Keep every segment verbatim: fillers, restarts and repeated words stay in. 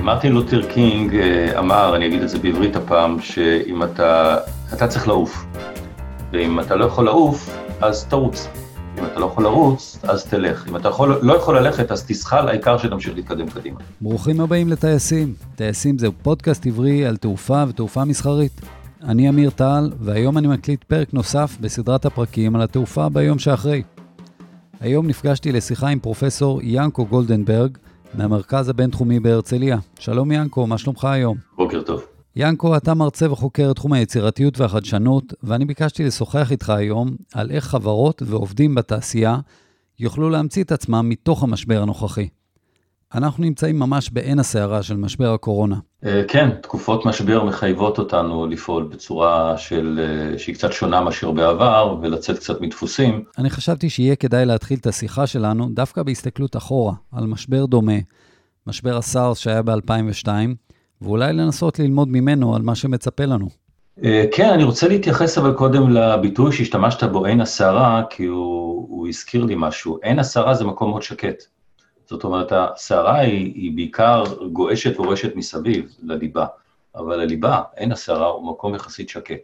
מרטין לותר קינג אמר, אני אגיד את זה בעברית הפעם, שאם אתה, אתה צריך לעוף, ואם אתה לא יכול לעוף, אז תרוץ. אם אתה לא יכול לרוץ, אז תלך. אם אתה יכול, לא יכול ללכת, אז תשחל, העיקר שתמשיך להתקדם קדימה. ברוכים הבאים לטייסים. טייסים זהו פודקאסט עברי על תעופה ותעופה מסחרית. אני אמיר טל, והיום אני מקליט פרק נוסף בסדרת הפרקים על התעופה ביום שאחרי. היום נפגשתי לשיחה עם פרופסור ינקו גולדנברג, מהמרכז הבינתחומי בהרצליה. שלום ינקו, מה שלומך היום? בוקר טוב. ינקו, אתה מרצה וחוקר תחום היצירתיות והחדשנות, ואני ביקשתי לשוחח איתך היום על איך חברות ועובדים בתעשייה יוכלו להמציא את עצמם מתוך המשבר הנוכחי. אנחנו נמצאים ממש בעין הסערה של משבר הקורונה. כן, תקופות משבר מחייבות אותנו לפעול בצורה של, שהיא קצת שונה מאשר בעבר, ולצאת קצת מדפוסים. אני חשבתי שיהיה כדאי להתחיל את השיחה שלנו דווקא בהסתכלות אחורה, על משבר דומה, משבר הסארס שהיה ב-אלפיים ושתיים, ואולי לנסות ללמוד ממנו על מה שמצפה לנו. כן, אני רוצה להתייחס אבל קודם לביטוי שהשתמשת בו, עין הסערה, כי הוא, הוא הזכיר לי משהו. עין הסערה זה מקום מאוד שקט. זאת אומרת, הסערה היא, היא בעיקר גועשת ורועשת מסביב לליבה, אבל הליבה, עין הסערה, הוא מקום יחסית שקט.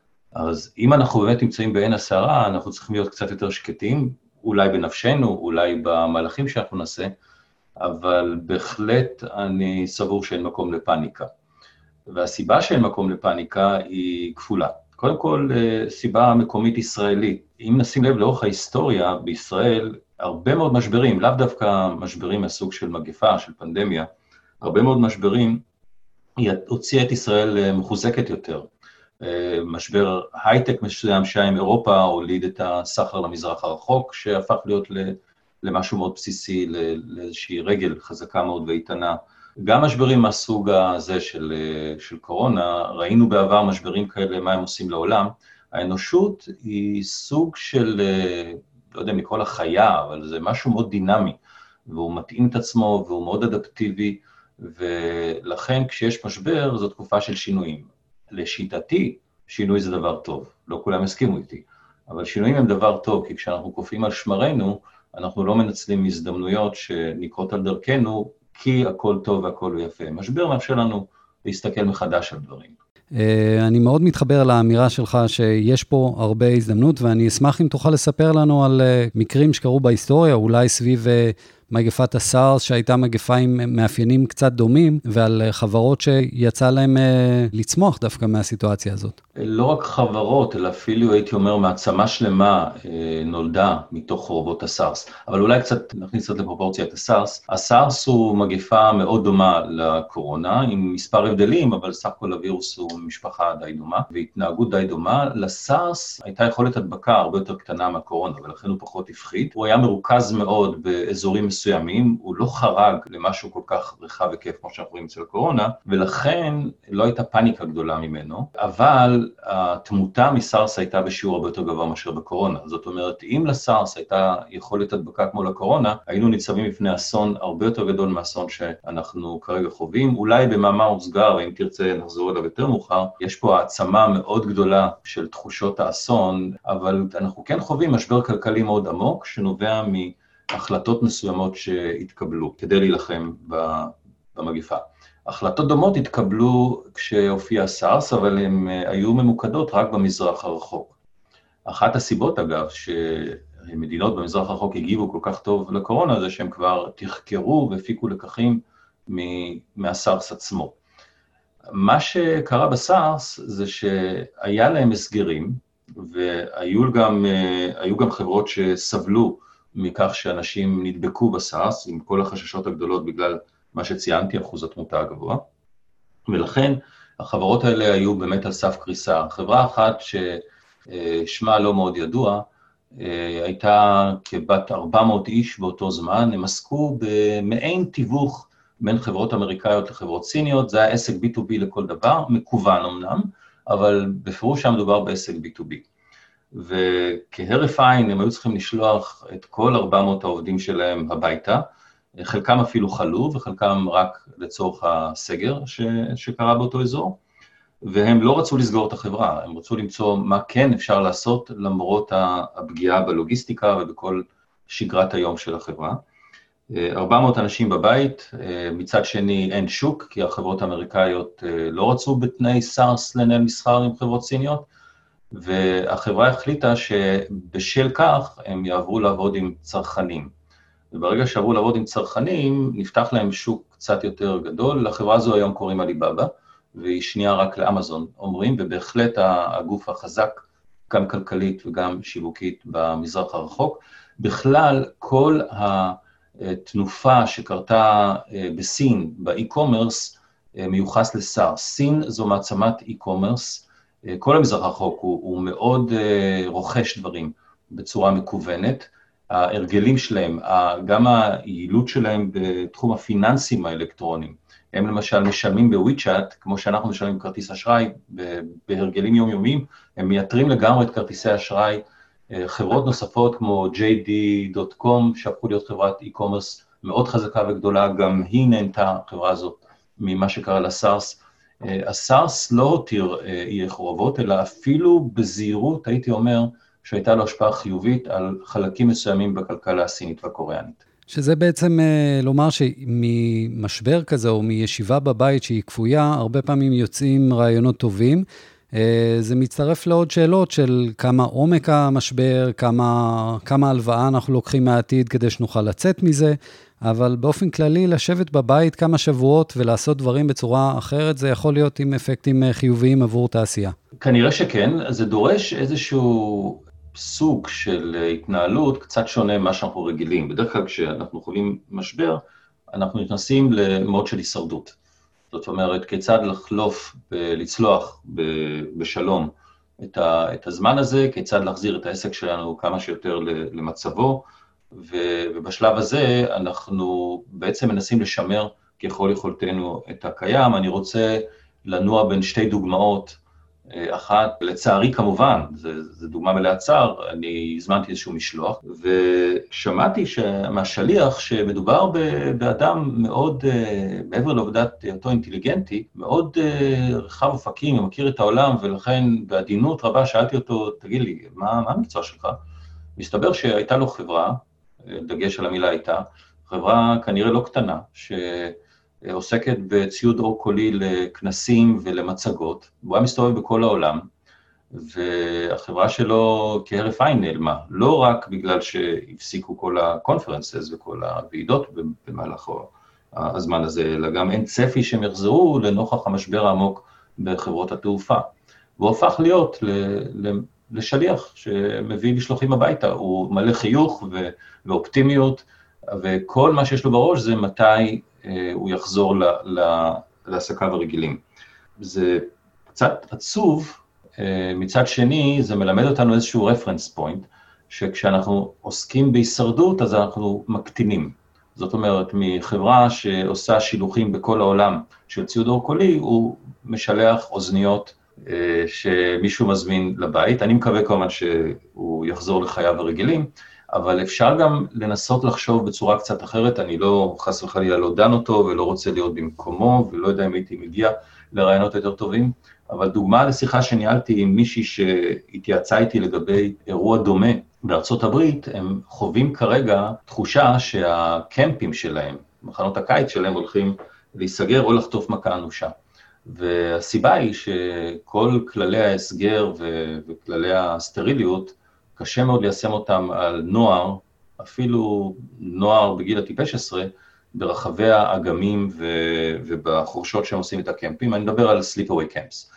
אז אם אנחנו באמת נמצאים בעין הסערה, אנחנו צריכים להיות קצת יותר שקטים, אולי בנפשנו, אולי במהלכים שאנחנו נעשה, אבל בהחלט אני סבור שאין מקום לפאניקה. והסיבה שאין מקום לפאניקה היא כפולה. קודם כל, סיבה מקומית ישראלית. אם נשים לב לאורך ההיסטוריה בישראל, הרבה מאוד משברים, לאו דווקא משברים מהסוג של מגפה, של פנדמיה, הרבה מאוד משברים, היא הוציאה את ישראל מחוזקת יותר. משבר הייטק מסוים שהיה עם אירופה, הוליד את הסחר למזרח הרחוק, שהפך להיות למשהו מאוד בסיסי, לאיזושהי רגל חזקה מאוד ואיתנה. גם משברים מהסוג הזה של, של קורונה, ראינו בעבר משברים כאלה, מה הם עושים לעולם. האנושות היא סוג של, לא יודע אם לקרוא לה חיה, אבל זה משהו מאוד דינמי, והוא מתאים את עצמו, והוא מאוד אדפטיבי, ולכן כשיש משבר, זו תקופה של שינויים. לשיטתי, שינוי זה דבר טוב, לא כולם הסכימו איתי, אבל שינויים הם דבר טוב, כי כשאנחנו קופאים על שמרנו, אנחנו לא מנצלים הזדמנויות שנקרות על דרכנו, כי הכל טוב והכל הוא יפה. משבר מאפשר לנו להסתכל מחדש על דברים. אני מאוד מתחבר לאמירה שלך שיש פה הרבה הזדמנות, ואני אשמח אם תוכל לספר לנו על מקרים שקרו בהיסטוריה, אולי סביב מגפת הסארס, שהייתה מגפה עם מאפיינים קצת דומים, ועל חברות שיצא להם לצמוח דווקא מהסיטואציה הזאת. לא רק חברות, אלא אפילו הייתי אומר מעצמה שלמה נולדה מתוך חורבות הסארס. אבל אולי קצת נכניס קצת לפרופורציה את הסארס. הסארס הוא מגפה מאוד דומה לקורונה, עם מספר הבדלים, אבל סך הכל הווירוס הוא משפחה די דומה, והתנהגות די דומה. לסארס הייתה יכולת הדבקה הרבה יותר קטנה מהקורונה, ולכן הוא פחות הפחית. הוא היה מרוכז מאוד באזורים מסוימים, הוא לא חרג למשהו כל כך רחב וכיף כמו שאנחנו רואים אצל הקורונה, ולכן לא הייתה פאניקה גדולה ממנו, אבל התמותה מסארס הייתה בשיעור הרבה יותר גבוה מאשר בקורונה. זאת אומרת, אם לסארס הייתה יכולת הדבקה כמו לקורונה, היינו ניצבים בפני אסון הרבה יותר גדול מהאסון שאנחנו כרגע חווים. אולי במאמר מוסגר, אם תרצה נחזור אליו יותר מאוחר, יש פה העצמה מאוד גדולה של תחושות האסון, אבל אנחנו כן חווים משבר כלכלי מאוד עמוק, שנובע מ החלטות מסוימות שהתקבלו כדי להילחם במגפה. החלטות דומות התקבלו כשהופיע הסארס, אבל הן היו ממוקדות רק במזרח הרחוק. אחת הסיבות, אגב, שמדינות במזרח הרחוק הגיבו כל כך טוב לקורונה, זה שהם כבר תחקרו והפיקו לקחים מהסארס עצמו. מה שקרה בסארס זה שהיה להם הסגרים, והיו גם, היו גם חברות שסבלו מכך שאנשים נדבקו בסארס, עם כל החששות הגדולות בגלל מה שציינתי, אחוז התמותה הגבוה, ולכן החברות האלה היו באמת על סף קריסה. חברה אחת ששמה לא מאוד ידוע, הייתה כבת ארבע מאות איש באותו זמן, הם עסקו במעין תיווך בין חברות אמריקאיות לחברות סיניות, זה היה עסק בי טו בי לכל דבר, מקוון אמנם, אבל בפירוש שם מדובר בעסק בי טו בי. וכהרף עין הם היו צריכים לשלוח את כל ארבע מאות העובדים שלהם הביתה, חלקם אפילו חלו וחלקם רק לצורך הסגר ש... שקרה באותו אזור, והם לא רצו לסגור את החברה, הם רצו למצוא מה כן אפשר לעשות למרות הפגיעה בלוגיסטיקה ובכל שגרת היום של החברה, ארבע מאות אנשים בבית, מצד שני אין שוק, כי החברות האמריקאיות לא רצו בתנאי סארס לנהל מסחר עם חברות סיניות, והחברה החליטה שבשל כך הם יעברו לעבוד עם צרכנים. וברגע שעברו לעבוד עם צרכנים, נפתח להם שוק קצת יותר גדול. לחברה הזו היום קוראים עליבאבא, והיא שנייה רק לאמזון, אומרים, ובהחלט הגוף החזק, גם כלכלית וגם שיווקית במזרח הרחוק. בכלל, כל התנופה שקרתה בסין, באי-קומרס, מיוחס לסארס. סין זו מעצמת אי-קומרס, כל המזרח הרחוק הוא, הוא מאוד רוכש דברים בצורה מקוונת, ההרגלים שלהם, גם היעילות שלהם בתחום הפיננסים האלקטרוניים, הם למשל משלמים בוויצ'אט, כמו שאנחנו משלמים כרטיס אשראי, בהרגלים יומיומיים, הם מייתרים לגמרי את כרטיסי אשראי, חברות נוספות כמו ג'יי די דוט קום, שהפכו להיות חברת אי-קומרס מאוד חזקה וגדולה, גם היא נהנתה, החברה הזאת, ממה שקרה לסארס. הסארס לא הותיר אי חורבות, אלא אפילו בזהירות, הייתי אומר, שהייתה לו השפעה חיובית על חלקים מסוימים בכלכלה הסינית והקוריאנית. שזה בעצם לומר שממשבר כזה או מישיבה בבית שהיא כפויה, הרבה פעמים יוצאים רעיונות טובים. זה מצטרף לעוד שאלות של כמה עומק המשבר, כמה, כמה הלוואה אנחנו לוקחים מהעתיד כדי שנוכל לצאת מזה, אבל באופן כללי לשבת בבית כמה שבועות ולעשות דברים בצורה אחרת, זה יכול להיות עם אפקטים חיוביים עבור תעשייה. כנראה שכן, זה דורש איזשהו סוג של התנהלות קצת שונה ממה שאנחנו רגילים. בדרך כלל כשאנחנו חווים משבר, אנחנו נכנסים למוד של הישרדות. זאת אומרת, כיצד לחלוף, לצלוח בשלום את הזמן הזה, כיצד להחזיר את העסק שלנו כמה שיותר למצבו, ובשלב הזה אנחנו בעצם מנסים לשמר ככל יכולתנו את הקיים. אני רוצה לנוע בין שתי דוגמאות, אחת, לצערי כמובן, זו דוגמה מלאה צער, אני הזמנתי איזשהו משלוח, ושמעתי מהשליח שמדובר באדם מאוד, מעבר לעובדת אותו אינטליגנטי, מאוד רחב אופקים, מכיר את העולם, ולכן בעדינות רבה שאלתי אותו, תגיד לי, מה, מה המקצוע שלך? מסתבר שהייתה לו חברה, דגש על המילה הייתה, חברה כנראה לא קטנה, ש... עוסקת בציוד אור קולי לכנסים ולמצגות, הוא היה מסתובב בכל העולם, והחברה שלו כהרף עין נעלמה, לא רק בגלל שהפסיקו כל הקונפרנסס וכל הוועידות במהלך הזמן הזה, אלא גם אין צפי שהם יחזרו לנוכח המשבר העמוק בחברות התעופה. והוא הפך להיות לשליח שמביא משלוחים הביתה, הוא מלא חיוך ואופטימיות, וכל מה שיש לו בראש זה מתי הוא יחזור לעסקיו הרגילים. זה קצת עצוב, מצד שני זה מלמד אותנו איזשהו רפרנס פוינט, שכשאנחנו עוסקים בהישרדות אז אנחנו מקטינים. זאת אומרת, מחברה שעושה שילוחים בכל העולם של ציוד אור קולי, הוא משלח אוזניות שמישהו מזמין לבית. אני מקווה כמובן שהוא יחזור לחייו הרגילים, אבל אפשר גם לנסות לחשוב בצורה קצת אחרת, אני לא חס וחלילה לא דן אותו, ולא רוצה להיות במקומו, ולא יודע אם הייתי מגיע לרעיונות יותר טובים, אבל דוגמה לשיחה שניהלתי עם מישהי שהתייעצה איתי לגבי אירוע דומה בארצות הברית, הם חווים כרגע תחושה שהקמפים שלהם, מחנות הקיץ שלהם הולכים להיסגר או לחטוף מכה אנושה. והסיבה היא שכל כללי ההסגר וכללי הסטריליות, קשה מאוד ליישם אותם על נוער, אפילו נוער בגיל הטיפש עשרה, ברחבי האגמים ובחורשות שהם עושים את הקמפים. אני מדבר על sleepaway camps.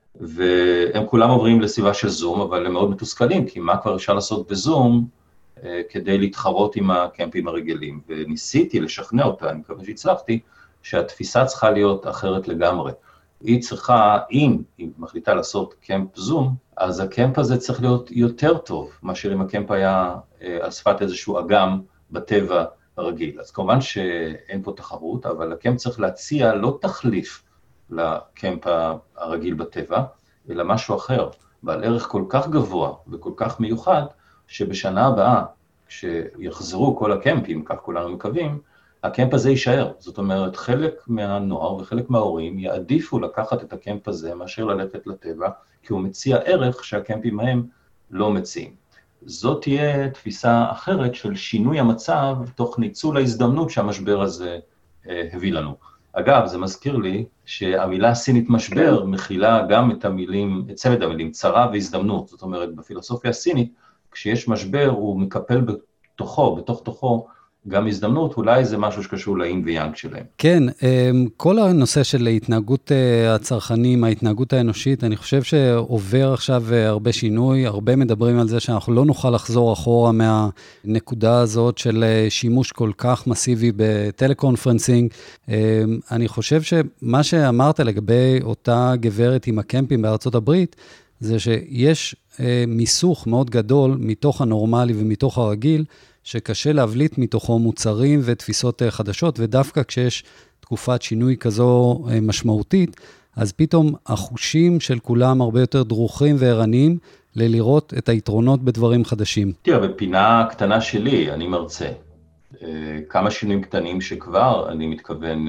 והם כולם עוברים לסביבה של זום, אבל הם מאוד מתוסכלים, כי מה כבר אפשר לעשות בזום כדי להתחרות עם הקמפים הרגילים. וניסיתי לשכנע אותה, אני מקווה שהצלחתי, שהתפיסה צריכה להיות אחרת לגמרי. היא צריכה, אם היא מחליטה לעשות קמפ זום, אז הקמפ הזה צריך להיות יותר טוב, מאשר אם הקמפ היה על שפת איזשהו אגם בטבע הרגיל. אז כמובן שאין פה תחרות, אבל הקמפ צריך להציע לא תחליף לקמפ הרגיל בטבע, אלא משהו אחר, בעל ערך כל כך גבוה וכל כך מיוחד, שבשנה הבאה, כשיחזרו כל הקמפים, כך כולנו מקווים, הקמפ הזה יישאר. זאת אומרת, חלק מהנוער וחלק מההורים יעדיפו לקחת את הקמפ הזה מאשר ללכת לטבע, כי הוא מציע ערך שהקמפים מהם לא מציעים. זאת תהיה תפיסה אחרת של שינוי המצב תוך ניצול ההזדמנות שהמשבר הזה אה, הביא לנו. אגב, זה מזכיר לי שהמילה הסינית משבר מכילה גם את המילים, את צמד המילים, צרה והזדמנות. זאת אומרת, בפילוסופיה הסינית, כשיש משבר, הוא מקפל בתוכו, בתוך תוכו, גם הזדמנות, אולי זה משהו שקשור לאין ויאנג שלהם. כן, כל הנושא של התנהגות הצרכנים, ההתנהגות האנושית, אני חושב שעובר עכשיו הרבה שינוי, הרבה מדברים על זה שאנחנו לא נוכל לחזור אחורה מהנקודה הזאת של שימוש כל כך מסיבי בטלקונפרנסינג. אני חושב שמה שאמרת לגבי אותה גברת עם הקמפים בארצות הברית, זה שיש מיסוך מאוד גדול מתוך הנורמלי ומתוך הרגיל, שקשה להבליט מתוכו מוצרים ותפיסות חדשות, ודווקא כשיש תקופת שינוי כזו משמעותית, אז פתאום החושים של כולם הרבה יותר דרוכים וערניים, ללראות את היתרונות בדברים חדשים. תראה, בפינה קטנה שלי, אני מרצה, כמה שינויים קטנים שכבר אני מתכוון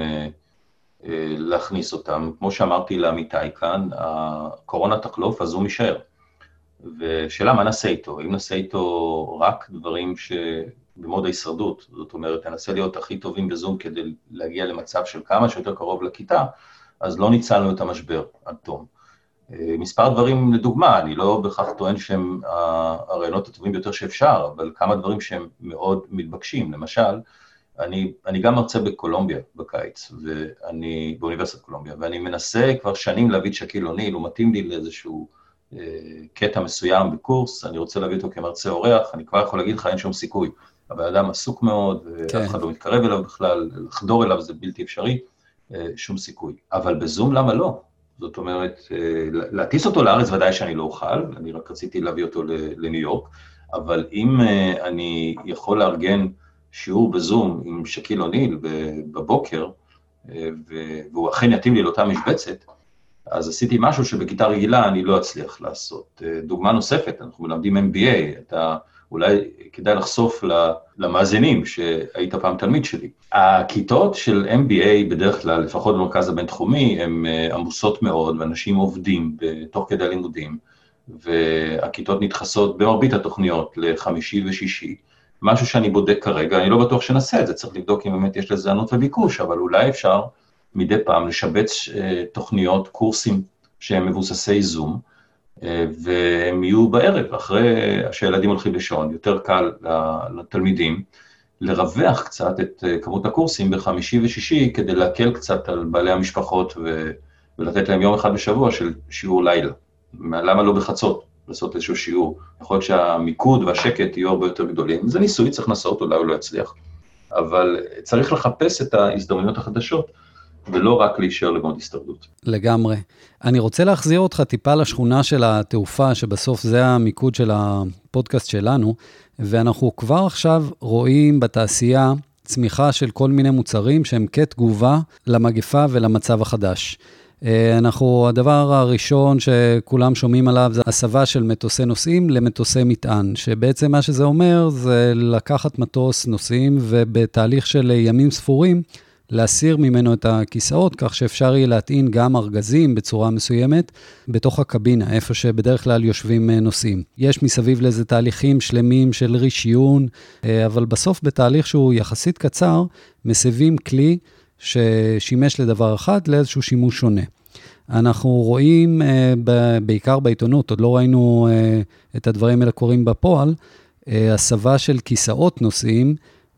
להכניס אותם. כמו שאמרתי לעמיתי כאן, הקורונה תחלוף, אז הוא משאר. ושאלה, מה נעשה איתו? אם נעשה איתו רק דברים שבמוד ההישרדות, זאת אומרת, ננסה להיות הכי טובים בזום כדי להגיע למצב של כמה שיותר קרוב לכיתה, אז לא ניצלנו את המשבר עד תום. מספר דברים לדוגמה, אני לא בכך טוען שהם הרעיונות הטובים ביותר שאפשר, אבל כמה דברים שהם מאוד מתבקשים. למשל, אני, אני גם מרצה בקולומביה בקיץ, ואני, באוניברסיטת קולומביה, ואני מנסה כבר שנים להביא את שקיל אוניל, הוא מתאים לי לאיזשהו קטע מסוים בקורס, אני רוצה להביא אותו כמרצה אורח, אני כבר יכול להגיד לך, אין שום סיכוי. הבן אדם עסוק מאוד, כן. אף אחד לא מתקרב אליו בכלל, לחדור אליו זה בלתי אפשרי, שום סיכוי. אבל בזום למה לא? זאת אומרת, להטיס אותו לארץ ודאי שאני לא אוכל, אני רק רציתי להביא אותו לניו יורק, אבל אם אני יכול לארגן שיעור בזום עם שקיל אוניל בבוקר, והוא אכן יתאים לי לאותה משבצת, אז עשיתי משהו שבכיתה רגילה אני לא אצליח לעשות. דוגמה נוספת, אנחנו מלמדים אם בי איי, אתה אולי כדאי לחשוף למאזינים שהיית פעם תלמיד שלי. הכיתות של אם בי איי בדרך כלל, לפחות במרכז הבינתחומי, הן עמוסות מאוד, ואנשים עובדים בתוך כדי הלימודים, והכיתות נדחסות במרבית התוכניות לחמישי ושישי, משהו שאני בודק כרגע, אני לא בטוח שנעשה את זה, צריך לבדוק אם באמת יש לזה ענות וביקוש, אבל אולי אפשר מדי פעם לשבץ תוכניות, קורסים שהם מבוססי זום, והם יהיו בערב, אחרי שהילדים הולכים לישון, יותר קל לתלמידים, לרווח קצת את כמות הקורסים בחמישי ושישי, כדי להקל קצת על בעלי המשפחות, ולתת להם יום אחד בשבוע של שיעור לילה. למה לא בחצות לעשות איזשהו שיעור? יכול להיות שהמיקוד והשקט יהיו הרבה יותר גדולים. זה ניסוי, צריך לעשות, אולי הוא לא יצליח. אבל צריך לחפש את ההזדמנויות החדשות, ולא רק להישאר למוד הסתרדות. לגמרי. אני רוצה להחזיר אותך טיפה לשכונה של התעופה, שבסוף זה המיקוד של הפודקאסט שלנו, ואנחנו כבר עכשיו רואים בתעשייה צמיחה של כל מיני מוצרים שהם כתגובה למגפה ולמצב החדש. אנחנו, הדבר הראשון שכולם שומעים עליו זה הסבה של מטוסי נוסעים למטוסי מטען, שבעצם מה שזה אומר זה לקחת מטוס נוסעים ובתהליך של ימים ספורים, להסיר ממנו את הכיסאות, כך שאפשר יהיה להטעין גם ארגזים בצורה מסוימת, בתוך הקבינה, איפה שבדרך כלל יושבים נוסעים. יש מסביב לזה תהליכים שלמים של רישיון, אבל בסוף בתהליך שהוא יחסית קצר, מסבים כלי ששימש לדבר אחד, לאיזשהו שימוש שונה. אנחנו רואים, בעיקר בעיתונות, עוד לא ראינו את הדברים האלה קורים בפועל, הסבה של כיסאות נוסעים,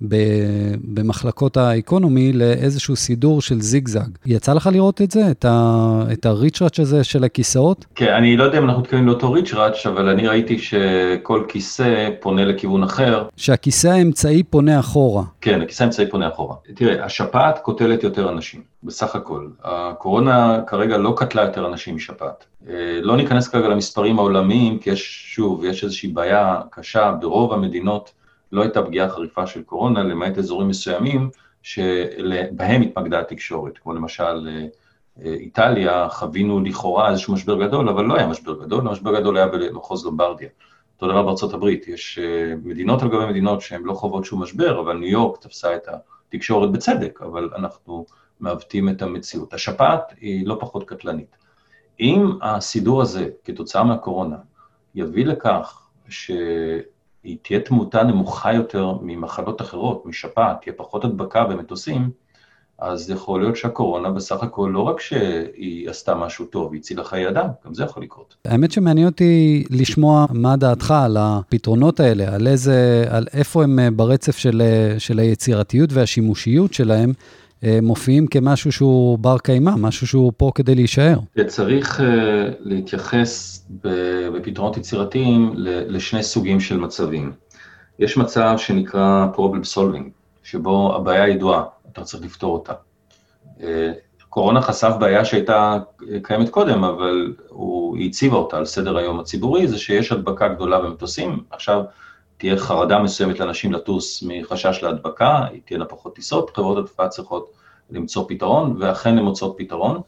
במחלקות האקונומי לאיזשהו סידור של זיגזג. יצא לך לראות את זה? את ה, את הריצ'ראץ' הזה של הכיסאות? כן, אני לא יודע אם אנחנו מתכוונים לאותו ריצ'ראץ', אבל אני ראיתי שכל כיסא פונה לכיוון אחר. שהכיסא האמצעי פונה אחורה. כן, הכיסא האמצעי פונה אחורה. תראה, השפעת קוטלת יותר אנשים, בסך הכל. הקורונה כרגע לא קטלה יותר אנשים משפעת. לא ניכנס כרגע למספרים העולמיים, כי יש, שוב, יש איזושהי בעיה קשה ברוב המדינות, לא הייתה פגיעה חריפה של קורונה, למעט אזורים מסוימים, שבהם התמקדה התקשורת, כמו למשל איטליה, חווינו לכאורה איזשהו משבר גדול, אבל לא היה משבר גדול, המשבר גדול היה במחוז לומברדיה. אותו דבר בארצות הברית, יש מדינות על גבי מדינות שהן לא חוות שום משבר, אבל ניו יורק תפסה את התקשורת בצדק, אבל אנחנו מעוותים את המציאות. השפעת היא לא פחות קטלנית. אם הסידור הזה, כתוצאה מהקורונה, יביא לכך ש... היא תהיה תמותה נמוכה יותר ממחלות אחרות, משפעת, תהיה פחות הדבקה במטוסים, אז יכול להיות שהקורונה בסך הכל לא רק שהיא עשתה משהו טוב, היא הצילה חיי אדם, גם זה יכול לקרות. האמת שמעניין אותי לשמוע מה דעתך על הפתרונות האלה, על איזה, על איפה הם ברצף של, של היצירתיות והשימושיות שלהם, מופיעים כמשהו שהוא בר קיימא, משהו שהוא פה כדי להישאר. צריך uh, להתייחס בפתרונות יצירתיים לשני סוגים של מצבים. יש מצב שנקרא problem solving, שבו הבעיה ידועה, אתה צריך לפתור אותה. קורונה חשף בעיה שהייתה קיימת קודם, אבל הוא הציבה אותה על סדר היום הציבורי, זה שיש הדבקה גדולה במטוסים, עכשיו תהיה חרדה מסוימת לאנשים לטוס מחשש להדבקה, תהיה לה פחות טיסות, חברות התעופה צריכות למצוא פתרון, ואכן הן מוצאות פתרון,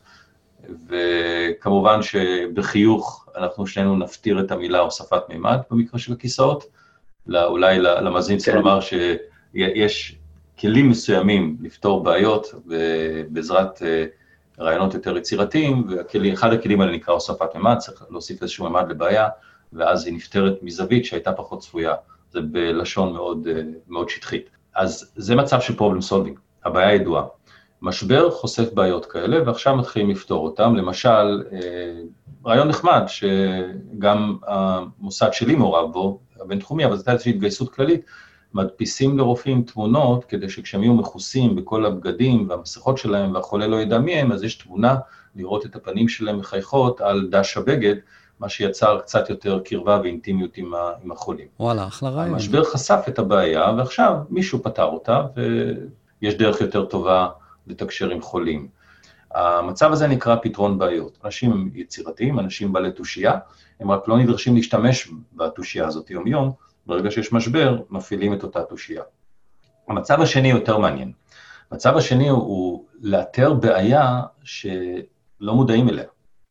וכמובן שבחיוך אנחנו שנינו נפתיר את המילה הוספת מימד במקרה של הכיסאות, אולי למאזינים צריך לומר שיש כלים מסוימים לפתור בעיות, ובעזרת רעיונות יותר יצירתיים, ואחד הכלים האלה נקרא הוספת מימד, צריך להוסיף איזשהו מימד לבעיה, ואז היא נפתרת מזווית שהייתה פחות צפויה, זה בלשון מאוד, מאוד שטחית. אז זה מצב של problem solving, הבעיה ידועה. משבר חושף בעיות כאלה, ועכשיו מתחילים לפתור אותם, למשל, רעיון נחמד, שגם המוסד שלי מעורב בו, הבינתחומי, אבל זו הייתה התגייסות כללית, מדפיסים לרופאים תמונות, כדי שכשהם יהיו מכוסים בכל הבגדים והמסכות שלהם, והחולה לא ידע מי הם, אז יש תמונה לראות את הפנים שלהם מחייכות על דש הבגד, מה שיצר קצת יותר קרבה ואינטימיות עם, ה, עם החולים. וואלה, אחלה רעיון. המשבר חשף את הבעיה, ועכשיו מישהו פתר אותה, ויש דרך יותר טובה לתקשר עם חולים. המצב הזה נקרא פתרון בעיות. אנשים הם יצירתיים, אנשים בעלי תושייה, הם רק לא נדרשים להשתמש בתושייה הזאת יום יום, ברגע שיש משבר, מפעילים את אותה תושייה. המצב השני יותר מעניין. המצב השני הוא לאתר בעיה שלא מודעים אליה.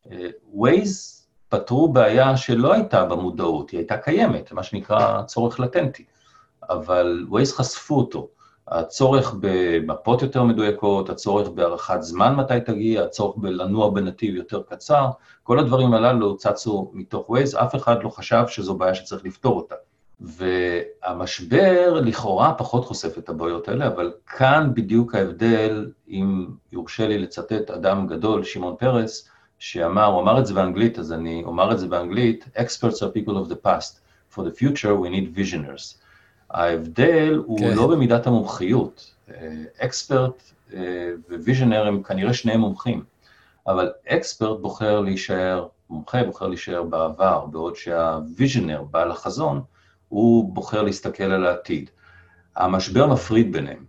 Waze פתרו בעיה שלא הייתה במודעות, היא הייתה קיימת, מה שנקרא צורך לטנטי, אבל Waze חשפו אותו. הצורך במפות יותר מדויקות, הצורך בהערכת זמן מתי תגיע, הצורך בלנוע בנתיב יותר קצר, כל הדברים הללו צצו מתוך Waze, אף אחד לא חשב שזו בעיה שצריך לפתור אותה. והמשבר לכאורה פחות חושף את הבעיות האלה, אבל כאן בדיוק ההבדל, אם יורשה לי לצטט אדם גדול, שמעון פרס, שאמר, הוא אמר את זה באנגלית, אז אני אומר את זה באנגלית, experts are people of the past, for the future we need visionaries. ההבדל הוא לא במידת המומחיות, אקספרט וויז'נר הם כנראה שני מומחים, אבל אקספרט בוחר להישאר, מומחה בוחר להישאר בעבר, בעוד שהוויז'נר, בעל החזון, הוא בוחר להסתכל על העתיד. המשבר מפריד ביניהם.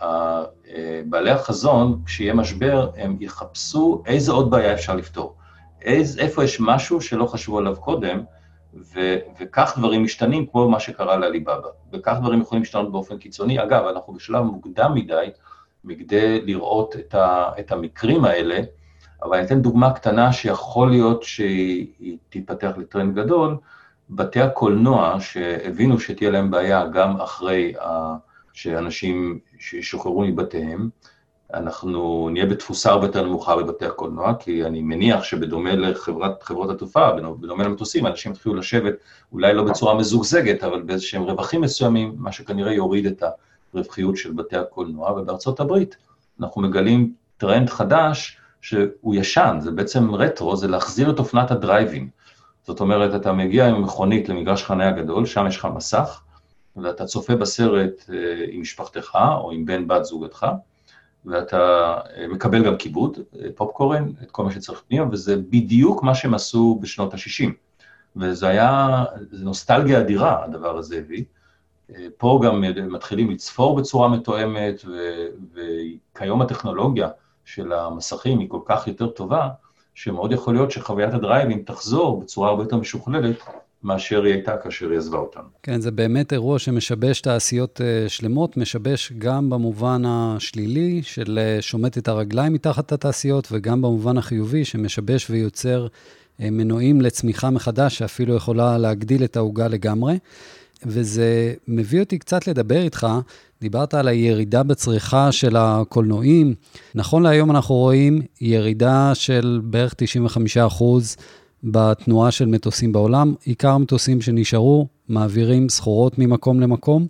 בעלי החזון, כשיהיה משבר, הם יחפשו איזה עוד בעיה אפשר לפתור. איפה יש משהו שלא חשבו עליו קודם, ו- וכך דברים משתנים כמו מה שקרה לאליבאבא, וכך דברים יכולים להשתנות באופן קיצוני. אגב, אנחנו בשלב מוקדם מדי, מכדי לראות את, ה- את המקרים האלה, אבל אני אתן דוגמה קטנה שיכול להיות שהיא תתפתח לטרנד גדול, בתי הקולנוע שהבינו שתהיה להם בעיה גם אחרי ה- שאנשים ששוחררו מבתיהם, אנחנו נהיה בתפוסה הרבה יותר נמוכה בבתי הקולנוע, כי אני מניח שבדומה לחברת, חברות התעופה, בדומה למטוסים, אנשים התחילו לשבת, אולי לא בצורה מזוגזגת, אבל באיזשהם רווחים מסוימים, מה שכנראה יוריד את הרווחיות של בתי הקולנוע, ובארצות הברית אנחנו מגלים טרנד חדש, שהוא ישן, זה בעצם רטרו, זה להחזיר את אופנת הדרייבים. זאת אומרת, אתה מגיע עם מכונית למגרש חניה גדול, שם יש לך מסך, ואתה צופה בסרט עם משפחתך, או עם בן בת זוגתך, ואתה מקבל גם כיבוד, פופקורן, את כל מה שצריך פנימה, וזה בדיוק מה שהם עשו בשנות ה-שישים. וזה היה, זה נוסטלגיה אדירה, הדבר הזה הביא. פה גם מתחילים לצפור בצורה מתואמת, ו- וכיום הטכנולוגיה של המסכים היא כל כך יותר טובה, שמאוד יכול להיות שחוויית הדרייבים תחזור בצורה הרבה יותר משוכללת, מאשר היא הייתה כאשר היא עזבה אותנו. כן, זה באמת אירוע שמשבש תעשיות שלמות, משבש גם במובן השלילי של שומט את הרגליים מתחת התעשיות, וגם במובן החיובי שמשבש ויוצר מנועים לצמיחה מחדש, שאפילו יכולה להגדיל את העוגה לגמרי. וזה מביא אותי קצת לדבר איתך, דיברת על הירידה בצריכה של הקולנועים, נכון להיום אנחנו רואים ירידה של בערך תשעים וחמישה אחוז בתנועה של מטוסים בעולם. עיקר המטוסים שנשארו מעבירים סחורות ממקום למקום,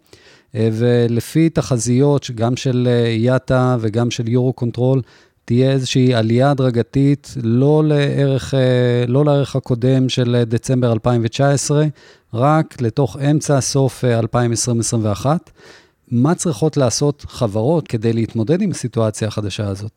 ולפי תחזיות גם של יאטה וגם של יורו קונטרול, תהיה איזושהי עלייה הדרגתית, לא לערך, לא לערך הקודם של דצמבר אלפיים תשע עשרה, רק לתוך אמצע סוף אלפיים עשרים עשרים ואחת. מה צריכות לעשות חברות כדי להתמודד עם הסיטואציה החדשה הזאת?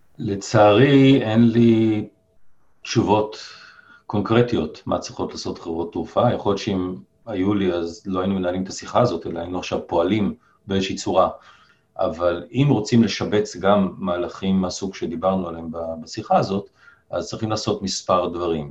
לצערי אין לי תשובות קונקרטיות מה צריכות לעשות חברות תעופה. יכול להיות שאם היו לי אז לא היינו מנהלים את השיחה הזאת, אלא היינו עכשיו פועלים באיזושהי צורה. אבל אם רוצים לשבץ גם מהלכים מהסוג שדיברנו עליהם בשיחה הזאת, אז צריכים לעשות מספר דברים.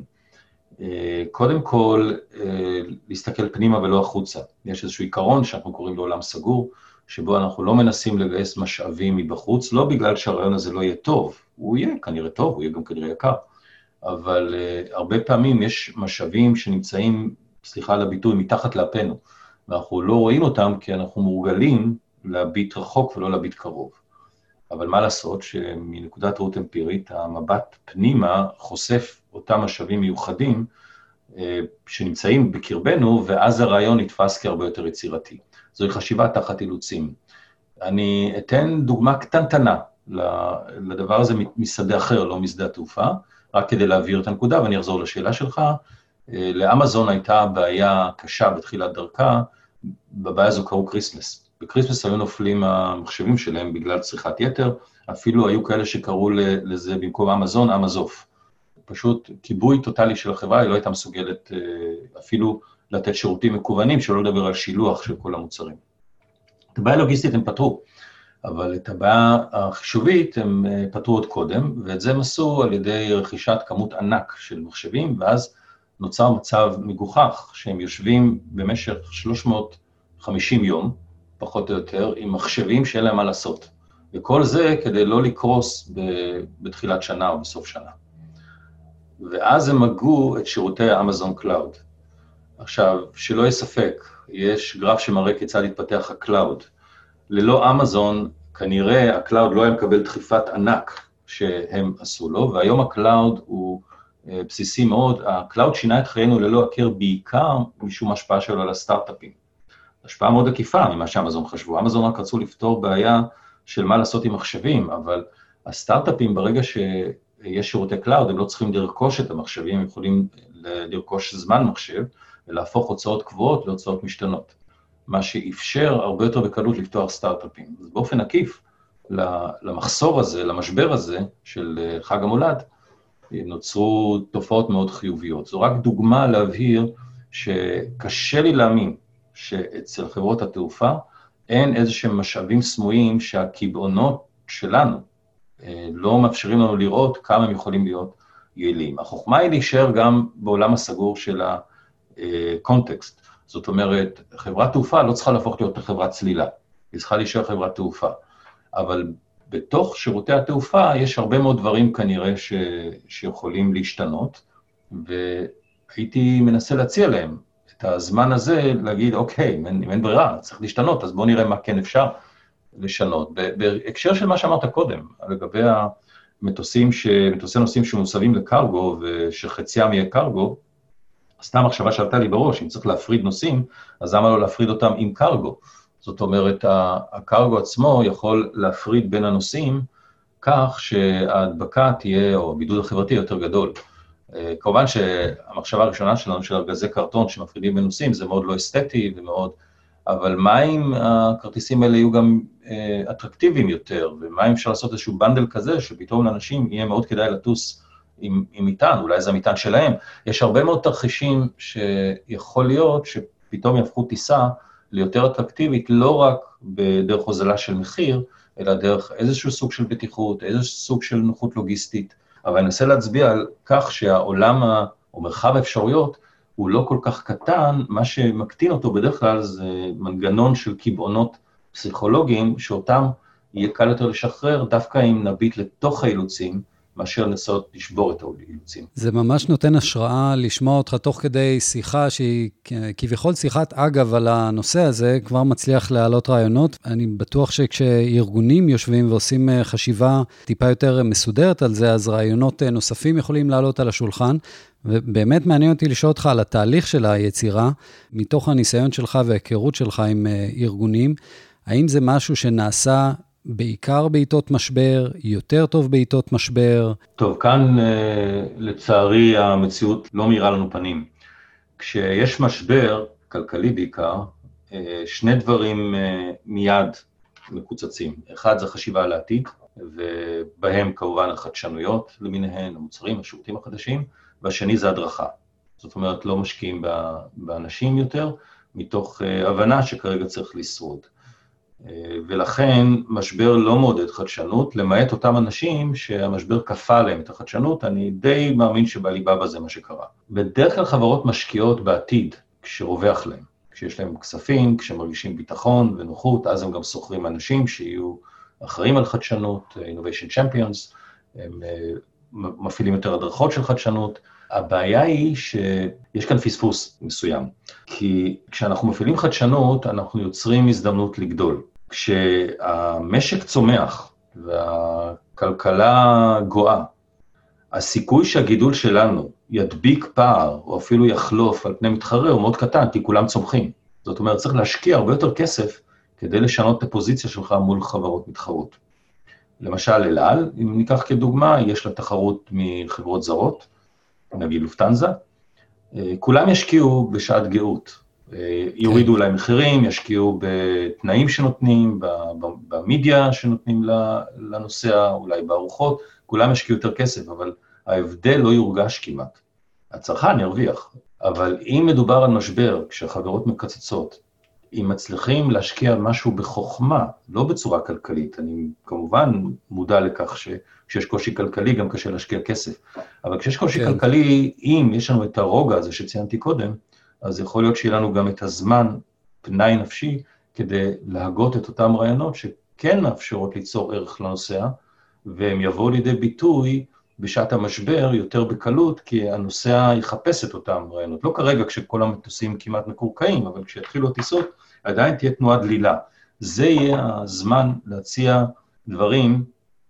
קודם כל, להסתכל פנימה ולא החוצה. יש איזשהו עיקרון שאנחנו קוראים בעולם סגור, שבו אנחנו לא מנסים לגייס משאבים מבחוץ, לא בגלל שהרעיון הזה לא יהיה טוב, הוא יהיה כנראה טוב, הוא יהיה גם כנראה יקר, אבל uh, הרבה פעמים יש משאבים שנמצאים, סליחה על הביטוי, מתחת לאפנו, ואנחנו לא רואים אותם כי אנחנו מורגלים להביט רחוק ולא להביט קרוב. אבל מה לעשות שמנקודת ראות אמפירית, המבט פנימה חושף אותם משאבים מיוחדים uh, שנמצאים בקרבנו, ואז הרעיון נתפס כהרבה יותר יצירתי. זוהי חשיבה תחת אילוצים. אני אתן דוגמה קטנטנה לדבר הזה משדה אחר, לא משדה התעופה, רק כדי להעביר את הנקודה, ואני אחזור לשאלה שלך. לאמזון הייתה בעיה קשה בתחילת דרכה, בבעיה הזו קראו קריסמס. בקריסמס היו נופלים המחשבים שלהם בגלל צריכת יתר, אפילו היו כאלה שקראו לזה במקום אמזון, אמזוף. פשוט כיבוי טוטלי של החברה, היא לא הייתה מסוגלת אפילו לתת שירותים מקוונים, שלא לדבר על שילוח של כל המוצרים. את הבעיה הלוגיסטית הם פתרו, אבל את הבעיה החישובית הם פתרו עוד קודם, ואת זה הם עשו על ידי רכישת כמות ענק של מחשבים, ואז נוצר מצב מגוחך, שהם יושבים במשך שלוש מאות וחמישים יום, פחות או יותר, עם מחשבים שאין להם מה לעשות. וכל זה כדי לא לקרוס בתחילת שנה או בסוף שנה. ואז הם מגעו את שירותי האמזון קלאוד. עכשיו, שלא יהיה ספק, יש גרף שמראה כיצד התפתח הקלאוד. ללא אמזון, כנראה הקלאוד לא היה מקבל דחיפת ענק שהם עשו לו, והיום הקלאוד הוא בסיסי מאוד. הקלאוד שינה את חיינו ללא הכר בעיקר משום השפעה שלו על הסטארט-אפים. השפעה מאוד עקיפה ממה שאמזון חשבו. אמזון רק רצו לפתור בעיה של מה לעשות עם מחשבים, אבל הסטארט-אפים ברגע שיש שירותי קלאוד, הם לא צריכים לרכוש את המחשבים, הם יכולים לרכוש זמן מחשב, ולהפוך הוצאות קבועות להוצאות משתנות. מה שאפשר הרבה יותר בקלות לפתוח סטארט-אפים. אז באופן עקיף, למחסור הזה, למשבר הזה של חג המולד, נוצרו תופעות מאוד חיוביות. זו רק דוגמה להבהיר שקשה לי להאמין שאצל חברות התעופה אין איזשהם משאבים סמויים שהקבעונות שלנו לא מאפשרים לנו לראות כמה הם יכולים להיות יעילים. החוכמה היא להישאר גם בעולם הסגור של הקונטקסט. זאת אומרת, חברת תעופה לא צריכה להפוך להיות חברת צלילה, היא צריכה להישאר חברת תעופה. אבל בתוך שירותי התעופה יש הרבה מאוד דברים כנראה ש... שיכולים להשתנות, והייתי מנסה להציע להם את הזמן הזה להגיד, אוקיי, אם אין, אם אין ברירה, צריך להשתנות, אז בואו נראה מה כן אפשר לשנות. בהקשר של מה שאמרת קודם, לגבי המטוסים, ש... מטוסי נוסעים שמוסבים לקרגו, ושחציים יהיה קרגו, סתם מחשבה שעלתה לי בראש, אם צריך להפריד נוסעים, אז למה לא להפריד אותם עם קרגו? זאת אומרת, הקרגו עצמו יכול להפריד בין הנוסעים, כך שההדבקה תהיה, או הבידוד החברתי יותר גדול. כמובן שהמחשבה הראשונה שלנו של ארגזי קרטון שמפרידים בין נוסעים, זה מאוד לא אסתטי ומאוד, אבל מה אם הכרטיסים האלה יהיו גם אטרקטיביים יותר, ומה אם אפשר לעשות איזשהו בנדל כזה, שפתאום לאנשים יהיה מאוד כדאי לטוס עם, עם מטען, אולי זה המטען שלהם. יש הרבה מאוד תרחישים שיכול להיות שפתאום יהפכו טיסה ליותר אטרקטיבית, לא רק בדרך הוזלה של מחיר, אלא דרך איזשהו סוג של בטיחות, איזשהו סוג של נוחות לוגיסטית, אבל אני אנסה להצביע על כך שהעולם או מרחב האפשרויות הוא לא כל כך קטן, מה שמקטין אותו בדרך כלל זה מנגנון של קבעונות פסיכולוגיים, שאותם יהיה קל יותר לשחרר, דווקא אם נביט לתוך האילוצים, מאשר לנסות לשבור את האילוצים. זה ממש נותן השראה לשמוע אותך תוך כדי שיחה שהיא כביכול שיחת אגב על הנושא הזה, כבר מצליח להעלות רעיונות. אני בטוח שכשארגונים יושבים ועושים חשיבה טיפה יותר מסודרת על זה, אז רעיונות נוספים יכולים לעלות על השולחן, ובאמת מעניין אותי לשאול אותך על התהליך של היצירה, מתוך הניסיון שלך וההיכרות שלך עם ארגונים, האם זה משהו שנעשה בעיקר בעיתות משבר, יותר טוב בעיתות משבר? טוב, כאן לצערי המציאות לא מאירה לנו פנים. כשיש משבר, כלכלי בעיקר, שני דברים מיד מקוצצים. אחד זה חשיבה על העתיד, ובהם כמובן החדשנויות למיניהן, המוצרים, השירותים החדשים, והשני זה הדרכה. זאת אומרת, לא משקיעים באנשים יותר, מתוך הבנה שכרגע צריך לשרוד. ולכן משבר לא מעודד חדשנות, למעט אותם אנשים שהמשבר כפה להם את החדשנות, אני די מאמין שבליבאבא זה מה שקרה. בדרך כלל חברות משקיעות בעתיד, כשרווח להם, כשיש להם כספים, כשמרגישים ביטחון ונוחות, אז הם גם סוחרים אנשים שיהיו אחראים על חדשנות, Innovation Champions, הם מפעילים יותר הדרכות של חדשנות. הבעיה היא שיש כאן פספוס מסוים, כי כשאנחנו מפעילים חדשנות, אנחנו יוצרים הזדמנות לגדול. כשהמשק צומח והכלכלה גואה, הסיכוי שהגידול שלנו ידביק פער, או אפילו יחלוף על פני מתחרה, הוא מאוד קטן, כי כולם צומחים. זאת אומרת, צריך להשקיע הרבה יותר כסף, כדי לשנות את הפוזיציה שלך מול חברות מתחרות. למשל, אל על, אם ניקח כדוגמה, יש לה תחרות מחברות זרות, נגיד לופטנזה, כולם ישקיעו בשעת גאות, יורידו אולי מחירים, ישקיעו בתנאים שנותנים, במדיה שנותנים לנוסע, אולי בארוחות, כולם ישקיעו יותר כסף, אבל ההבדל לא יורגש כמעט. הצרכן ירוויח, אבל אם מדובר על משבר, כשהחברות מקצצות, אם מצליחים להשקיע משהו בחוכמה, לא בצורה כלכלית, אני כמובן מודע לכך שכשיש קושי כלכלי גם קשה להשקיע כסף, אבל כשיש קושי כן. כלכלי, אם יש לנו את הרוגע הזה שציינתי קודם, אז יכול להיות שיהיה לנו גם את הזמן, פנאי נפשי, כדי להגות את אותם רעיונות שכן מאפשרות ליצור ערך לנוסע, והם יבואו לידי ביטוי בשעת המשבר יותר בקלות, כי הנוסע יחפש את אותם רעיונות. לא כרגע כשכל המטוסים כמעט מקורקעים, אבל כשיתחילו הטיסות, עדיין תהיה תנועה דלילה. זה יהיה הזמן להציע דברים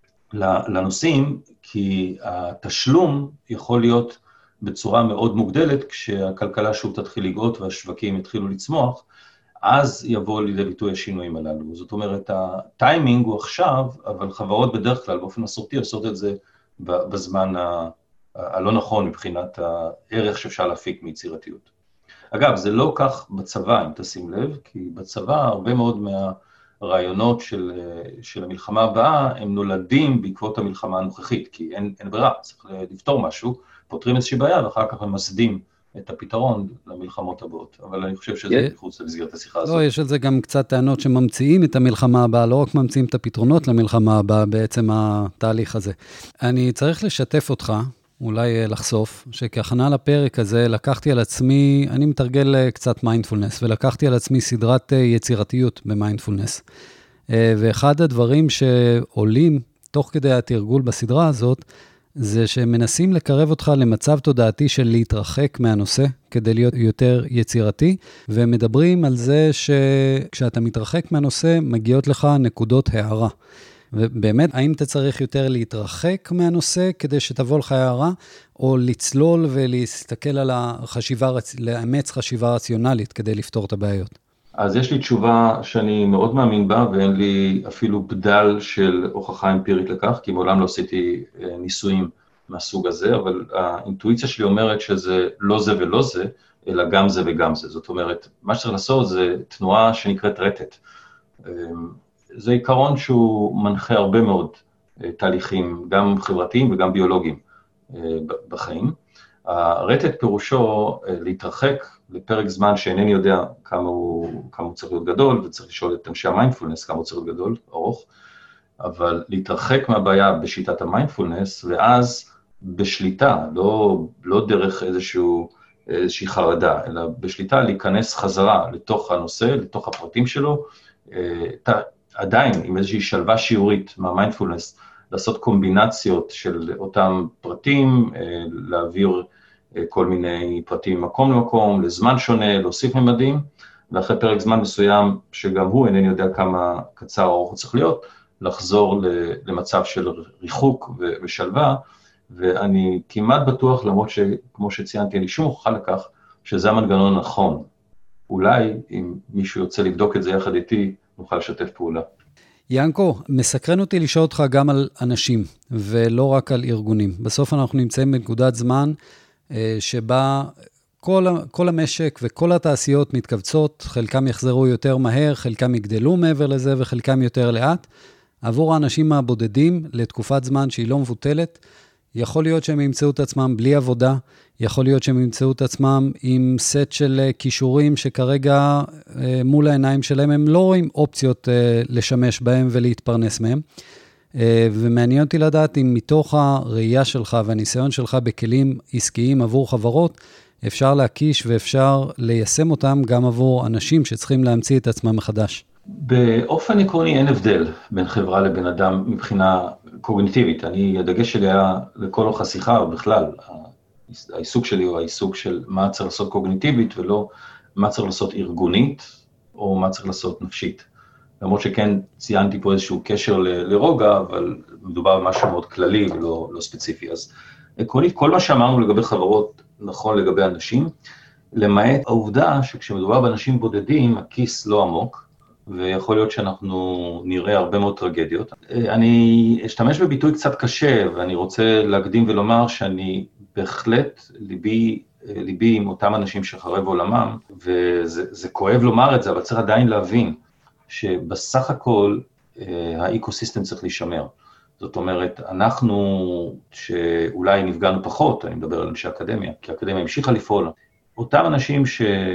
לנוסעים, כי התשלום יכול להיות בצורה מאוד מוגדלת, כשהכלכלה שוב תתחיל לגאות והשווקים יתחילו לצמוח, אז יבוא לידי ביטוי השינויים הללו. זאת אומרת, הטיימינג הוא עכשיו, אבל חברות בדרך כלל באופן מסורתי עושות את זה בזמן ה- הלא נכון מבחינת הערך שאפשר להפיק מיצירתיות. אגב, זה לא כך בצבא, אם תשים לב, כי בצבא הרבה מאוד מהרעיונות של, של המלחמה הבאה, הם נולדים בעקבות המלחמה הנוכחית, כי אין, אין ברירה, צריך לפתור משהו, פותרים איזושהי בעיה, ואחר כך הם מסדים את הפתרון למלחמות הבאות. אבל אני חושב שזה מחוץ למסגרת השיחה הזאת. לא, יש על זה גם קצת טענות שממציאים את המלחמה הבאה, לא רק ממציאים את הפתרונות למלחמה הבאה, בעצם התהליך הזה. אני צריך לשתף אותך, אולי לחשוף, שכהכנה לפרק הזה לקחתי על עצמי, אני מתרגל קצת מיינדפולנס, ולקחתי על עצמי סדרת יצירתיות במיינדפולנס. ואחד הדברים שעולים תוך כדי התרגול בסדרה הזאת, זה שמנסים לקרב אותך למצב תודעתי של להתרחק מהנושא, כדי להיות יותר יצירתי, ומדברים על זה שכשאתה מתרחק מהנושא, מגיעות לך נקודות הערה. ובאמת, האם אתה צריך יותר להתרחק מהנושא, כדי שתבוא לך הערה, או לצלול ולהסתכל על החשיבה, לאמץ חשיבה רציונלית, כדי לפתור את הבעיות? אז יש לי תשובה שאני מאוד מאמין בה, ואין לי אפילו בדל של הוכחה אמפירית לכך, כי מעולם לא עשיתי ניסויים מהסוג הזה, אבל האינטואיציה שלי אומרת שזה לא זה ולא זה, אלא גם זה וגם זה. זאת אומרת, מה שצריך לעשות זה תנועה שנקראת רטט. זה עיקרון שהוא מנחה הרבה מאוד תהליכים, גם חברתיים וגם ביולוגיים בחיים. הרטט פירושו להתרחק לפרק זמן שאינני יודע כמה הוא, כמה הוא צריך להיות גדול, וצריך לשאול את אנשי המיינדפולנס כמה הוא צריך להיות גדול, ארוך, אבל להתרחק מהבעיה בשיטת המיינדפולנס, ואז בשליטה, לא, לא דרך איזשהו, איזושהי חרדה, אלא בשליטה להיכנס חזרה לתוך הנושא, לתוך הפרטים שלו, עדיין עם איזושהי שלווה שיעורית מהמיינדפולנס, לעשות קומבינציות של אותם פרטים, להעביר כל מיני פרטים ממקום למקום, לזמן שונה, להוסיף ממדים, ואחרי פרק זמן מסוים, שגם הוא אינני יודע כמה קצר או ארוך הוא צריך להיות, לחזור למצב של ריחוק ושלווה, ואני כמעט בטוח, למרות שכמו שציינתי, אין לי שום הוכחה לכך, שזה המנגנון הנכון. אולי, אם מישהו יוצא לבדוק את זה יחד איתי, נוכל לשתף פעולה. ינקו, מסקרן אותי לשאול אותך גם על אנשים, ולא רק על ארגונים. בסוף אנחנו נמצאים בנקודת זמן, שבה כל, כל המשק וכל התעשיות מתכווצות, חלקם יחזרו יותר מהר, חלקם יגדלו מעבר לזה, וחלקם יותר לאט. עבור האנשים הבודדים, לתקופת זמן שהיא לא מבוטלת, יכול להיות שהם ימצאו את עצמם בלי עבודה, יכול להיות שהם ימצאו את עצמם עם סט של כישורים שכרגע מול העיניים שלהם הם לא רואים אופציות לשמש בהם ולהתפרנס מהם. ומעניין אותי לדעת אם מתוך הראייה שלך והניסיון שלך בכלים עסקיים עבור חברות, אפשר להקיש ואפשר ליישם אותם גם עבור אנשים שצריכים להמציא את עצמם מחדש. באופן עקרוני אין הבדל בין חברה לבין אדם מבחינה קוגניטיבית. אני, הדגש שלי היה לכל אורך השיחה, או בכלל, העיסוק שלי הוא העיסוק של מה צריך לעשות קוגניטיבית, ולא מה צריך לעשות ארגונית, או מה צריך לעשות נפשית. למרות שכן ציינתי פה איזשהו קשר ל- לרוגע, אבל מדובר במשהו מאוד כללי ולא לא ספציפי. אז עקרונית, כל מה שאמרנו לגבי חברות נכון לגבי אנשים, למעט העובדה שכשמדובר באנשים בודדים, הכיס לא עמוק, ויכול להיות שאנחנו נראה הרבה מאוד טרגדיות. אני אשתמש בביטוי קצת קשה, ואני רוצה להקדים ולומר שאני בהחלט ליבי, ליבי עם אותם אנשים שחרב עולמם, וזה זה כואב לומר את זה, אבל צריך עדיין להבין שבסך הכל האקוסיסטם צריך להישמר. זאת אומרת, אנחנו שאולי נפגענו פחות, אני מדבר על אנשי אקדמיה, כי האקדמיה המשיכה לפעול, אותם אנשים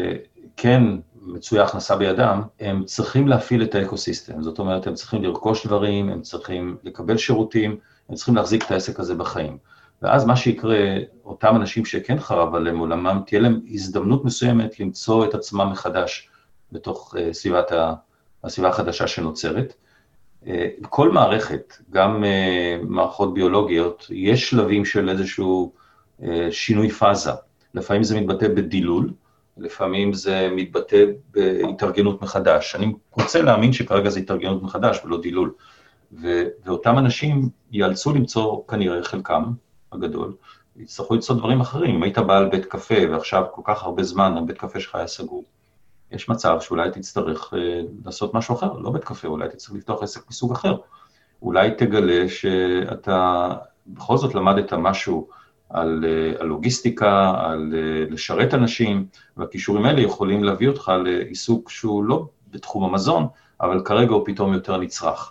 שכן מצויה הכנסה בידם, הם צריכים להפעיל את האקוסיסטם, זאת אומרת, הם צריכים לרכוש דברים, הם צריכים לקבל שירותים, הם צריכים להחזיק את העסק הזה בחיים. ואז מה שיקרה, אותם אנשים שכן חרב עליהם עולמם, תהיה להם הזדמנות מסוימת למצוא את עצמם מחדש בתוך uh, סביבת ה, הסביבה החדשה שנוצרת. Uh, כל מערכת, גם uh, מערכות ביולוגיות, יש שלבים של איזשהו uh, שינוי פאזה. לפעמים זה מתבטא בדילול, לפעמים זה מתבטא בהתארגנות מחדש. אני רוצה להאמין שכרגע זה התארגנות מחדש ולא דילול. ו- ואותם אנשים ייאלצו למצוא כנראה חלקם הגדול, יצטרכו למצוא דברים אחרים. אם היית בעל בית קפה ועכשיו כל כך הרבה זמן הבית קפה שלך היה סגור, יש מצב שאולי תצטרך אה, לעשות משהו אחר, לא בית קפה, אולי תצטרך לפתוח עסק מסוג אחר. אולי תגלה שאתה בכל זאת למדת משהו על, על לוגיסטיקה, על לשרת אנשים, והכישורים האלה יכולים להביא אותך לעיסוק שהוא לא בתחום המזון, אבל כרגע הוא פתאום יותר נצרך.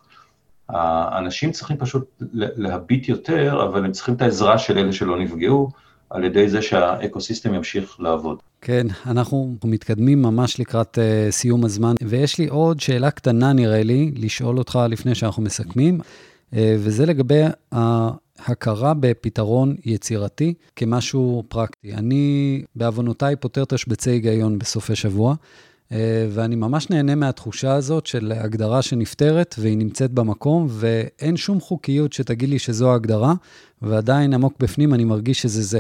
האנשים צריכים פשוט להביט יותר, אבל הם צריכים את העזרה של אלה שלא נפגעו, על ידי זה שהאקוסיסטם ימשיך לעבוד. כן, אנחנו מתקדמים ממש לקראת uh, סיום הזמן, ויש לי עוד שאלה קטנה נראה לי, לשאול אותך לפני שאנחנו מסכמים, uh, וזה לגבי ההכרה בפתרון יצירתי כמשהו פרקטי. אני בעוונותיי פותר תשבצי היגיון בסופי שבוע, uh, ואני ממש נהנה מהתחושה הזאת של הגדרה שנפתרת, והיא נמצאת במקום, ואין שום חוקיות שתגיד לי שזו ההגדרה, ועדיין עמוק בפנים אני מרגיש שזה זה.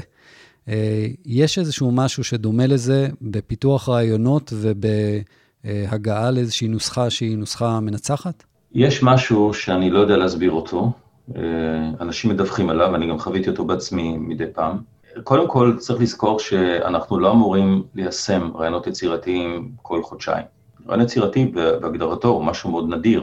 יש איזשהו משהו שדומה לזה בפיתוח רעיונות ובהגעה לאיזושהי נוסחה שהיא נוסחה מנצחת? יש משהו שאני לא יודע להסביר אותו, אנשים מדווחים עליו, אני גם חוויתי אותו בעצמי מדי פעם. קודם כל צריך לזכור שאנחנו לא אמורים ליישם רעיונות יצירתיים כל חודשיים. רעיון יצירתי בהגדרתו הוא משהו מאוד נדיר,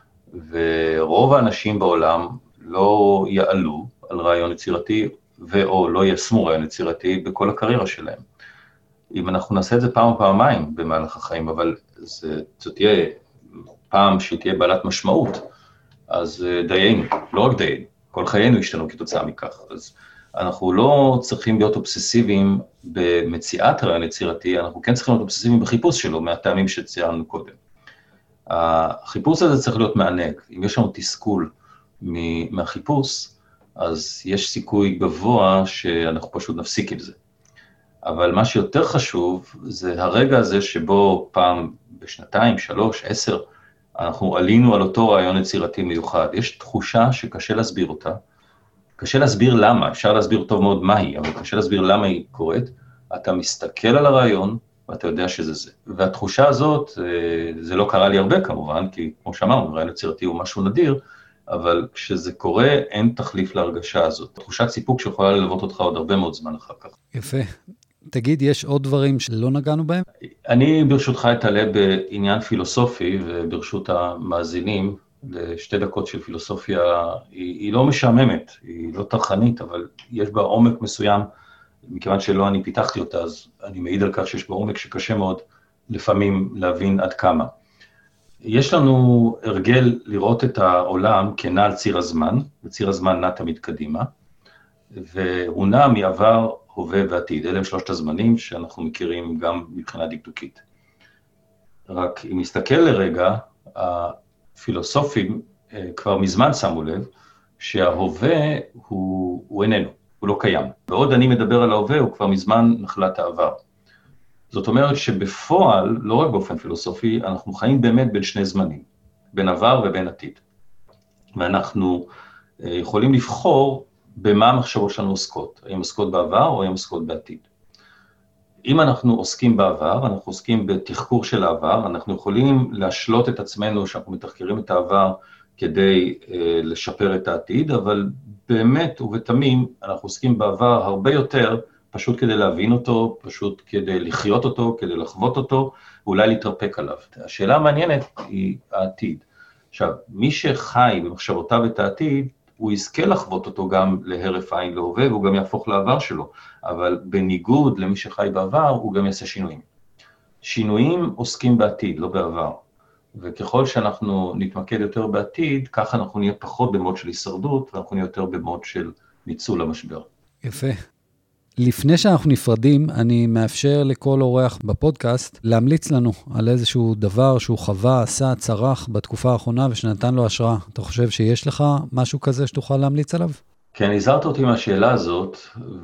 ורוב האנשים בעולם לא יעלו על רעיון יצירתי, ואו לא יישמו רעיון יצירתי בכל הקריירה שלהם. אם אנחנו נעשה את זה פעם או פעמיים במהלך החיים, אבל זה, זה תהיה פעם שהיא תהיה בעלת משמעות, אז דיינו, לא רק דיינו, כל חיינו ישתנו כתוצאה מכך. אז אנחנו לא צריכים להיות אובססיביים במציאת רעיון יצירתי, אנחנו כן צריכים להיות אובססיביים בחיפוש שלו, מהטעמים שציינו קודם. החיפוש הזה צריך להיות מענג. אם יש לנו תסכול מהחיפוש, אז יש סיכוי גבוה שאנחנו פשוט נפסיק עם זה. אבל מה שיותר חשוב, זה הרגע הזה שבו פעם בשנתיים, שלוש, עשר, אנחנו עלינו על אותו רעיון יצירתי מיוחד. יש תחושה שקשה להסביר אותה, קשה להסביר למה, אפשר להסביר טוב מאוד מה היא, אבל קשה להסביר למה היא קורית. אתה מסתכל על הרעיון, ואתה יודע שזה זה. והתחושה הזאת, זה לא קרה לי הרבה כמובן, כי כמו שאמרנו, רעיון יצירתי הוא משהו נדיר, אבל כשזה קורה, אין תחליף להרגשה הזאת. תחושת סיפוק שיכולה ללוות אותך עוד הרבה מאוד זמן אחר כך. יפה. תגיד, יש עוד דברים שלא נגענו בהם? אני ברשותך אתעלה בעניין פילוסופי, וברשות המאזינים, לשתי דקות של פילוסופיה, היא, היא לא משעממת, היא לא טרחנית, אבל יש בה עומק מסוים, מכיוון שלא אני פיתחתי אותה, אז אני מעיד על כך שיש בה עומק שקשה מאוד לפעמים להבין עד כמה. יש לנו הרגל לראות את העולם כנע על ציר הזמן, וציר הזמן נע תמיד קדימה, והוא נע מעבר, הווה ועתיד. אלה הם שלושת הזמנים שאנחנו מכירים גם מבחינה דקדוקית. רק אם נסתכל לרגע, הפילוסופים כבר מזמן שמו לב שההווה הוא, הוא איננו, הוא לא קיים. בעוד אני מדבר על ההווה, הוא כבר מזמן נחלת העבר. זאת אומרת שבפועל, לא רק באופן פילוסופי, אנחנו חיים באמת בין שני זמנים, בין עבר ובין עתיד. ואנחנו יכולים לבחור במה המחשבות שלנו עוסקות, האם עוסקות בעבר או האם עוסקות בעתיד. אם אנחנו עוסקים בעבר, אנחנו עוסקים בתחקור של העבר, אנחנו יכולים להשלות את עצמנו שאנחנו מתחקרים את העבר כדי אה, לשפר את העתיד, אבל באמת ובתמים אנחנו עוסקים בעבר הרבה יותר, פשוט כדי להבין אותו, פשוט כדי לחיות אותו, כדי לחוות אותו, ואולי להתרפק עליו. השאלה המעניינת היא העתיד. עכשיו, מי שחי במחשבותיו את העתיד, הוא יזכה לחוות אותו גם להרף עין להווה, והוא גם יהפוך לעבר שלו, אבל בניגוד למי שחי בעבר, הוא גם יעשה שינויים. שינויים עוסקים בעתיד, לא בעבר, וככל שאנחנו נתמקד יותר בעתיד, ככה אנחנו נהיה פחות במוד של הישרדות, ואנחנו נהיה יותר במוד של ניצול המשבר. יפה. לפני שאנחנו נפרדים, אני מאפשר לכל אורח בפודקאסט להמליץ לנו על איזשהו דבר שהוא חווה, עשה, צרח בתקופה האחרונה ושנתן לו השראה. אתה חושב שיש לך משהו כזה שתוכל להמליץ עליו? כן, הזהרת אותי מהשאלה הזאת,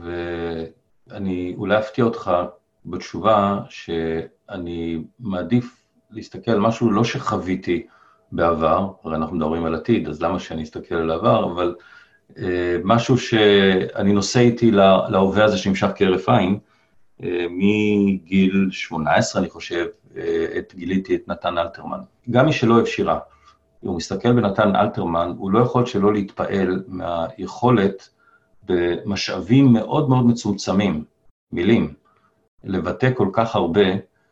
ואני אולי אפתיע אותך בתשובה שאני מעדיף להסתכל על משהו לא שחוויתי בעבר, הרי אנחנו מדברים על עתיד, אז למה שאני אסתכל על העבר, אבל משהו שאני נושא איתי להווה הזה שנמשך כהרף עין, מגיל שמונה עשרה אני חושב, את גיליתי את נתן אלתרמן. גם מי שלא אוהב שירה, אם הוא מסתכל בנתן אלתרמן, הוא לא יכול שלא להתפעל מהיכולת במשאבים מאוד מאוד מצומצמים, מילים, לבטא כל כך הרבה,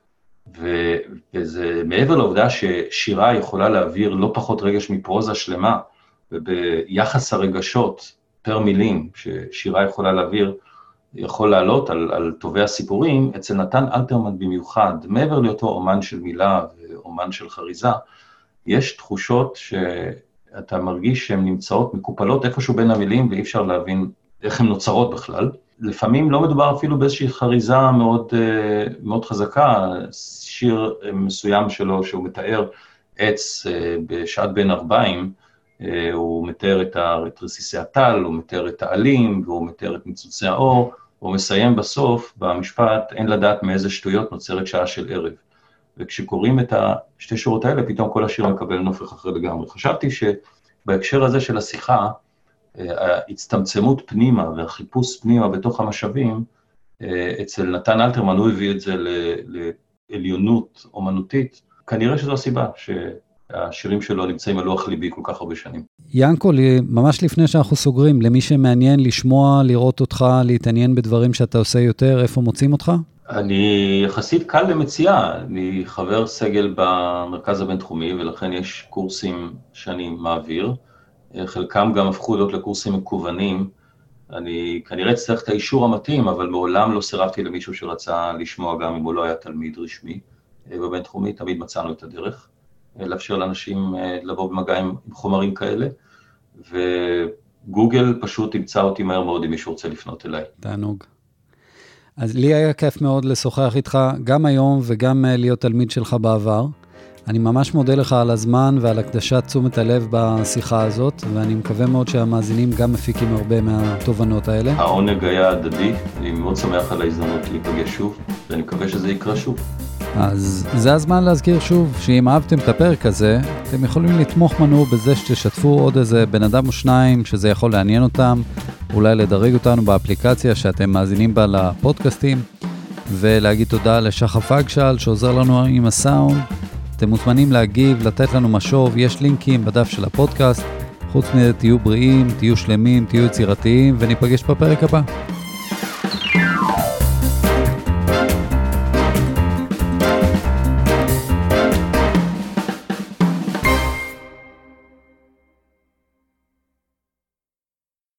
וזה מעבר לעובדה ששירה יכולה להעביר לא פחות רגש מפרוזה שלמה, וביחס הרגשות פר מילים ששירה יכולה להעביר, יכול לעלות על, על טובי הסיפורים, אצל נתן אלתרמן במיוחד, מעבר לאותו אומן של מילה ואומן של חריזה, יש תחושות שאתה מרגיש שהן נמצאות מקופלות איפשהו בין המילים, ואי אפשר להבין איך הן נוצרות בכלל. לפעמים לא מדובר אפילו באיזושהי חריזה מאוד, מאוד חזקה, שיר מסוים שלו שהוא מתאר עץ בשעת בין ארבעים, הוא מתאר את רסיסי הטל, הוא מתאר את העלים, והוא מתאר את ניצוצי האור, הוא מסיים בסוף במשפט, אין לדעת מאיזה שטויות נוצרת שעה של ערב. וכשקוראים את השתי שורות האלה, פתאום כל השיר מקבל נופך אחר לגמרי. חשבתי שבהקשר הזה של השיחה, ההצטמצמות פנימה והחיפוש פנימה בתוך המשאבים, אצל נתן אלתרמן הוא הביא את זה לעליונות אומנותית, כנראה שזו הסיבה שהשירים שלו נמצאים על לוח ליבי כל כך הרבה שנים. ינקו, ממש לפני שאנחנו סוגרים, למי שמעניין לשמוע, לראות אותך, להתעניין בדברים שאתה עושה יותר, איפה מוצאים אותך? אני יחסית קל למציאה, אני חבר סגל במרכז הבינתחומי, ולכן יש קורסים שאני מעביר, חלקם גם הפכו להיות לקורסים מקוונים, אני כנראה אצטרך את האישור המתאים, אבל מעולם לא סירבתי למישהו שרצה לשמוע, גם אם הוא לא היה תלמיד רשמי בבינתחומי, תמיד מצאנו את הדרך, לאפשר לאנשים לבוא במגע עם חומרים כאלה, וגוגל פשוט ימצא אותי מהר מאוד אם מישהו רוצה לפנות אליי. תענוג. אז לי היה כיף מאוד לשוחח איתך, גם היום וגם להיות תלמיד שלך בעבר. אני ממש מודה לך על הזמן ועל הקדשת תשומת הלב בשיחה הזאת, ואני מקווה מאוד שהמאזינים גם מפיקים הרבה מהתובנות האלה. העונג היה הדדי, אני מאוד שמח על ההזדמנות להיפגש שוב, ואני מקווה שזה יקרה שוב. אז זה הזמן להזכיר שוב, שאם אהבתם את הפרק הזה, אתם יכולים לתמוך לנו בזה שתשתפו עוד איזה בן אדם או שניים, שזה יכול לעניין אותם, אולי לדרג אותנו באפליקציה שאתם מאזינים בה לפודקאסטים, ולהגיד תודה לשחף אגשל שעוזר לנו עם הסאונד. אתם מוזמנים להגיב, לתת לנו משוב, יש לינקים בדף של הפודקאסט, חוץ מזה, תהיו בריאים, תהיו שלמים, תהיו יצירתיים, וניפגש בפרק הבא.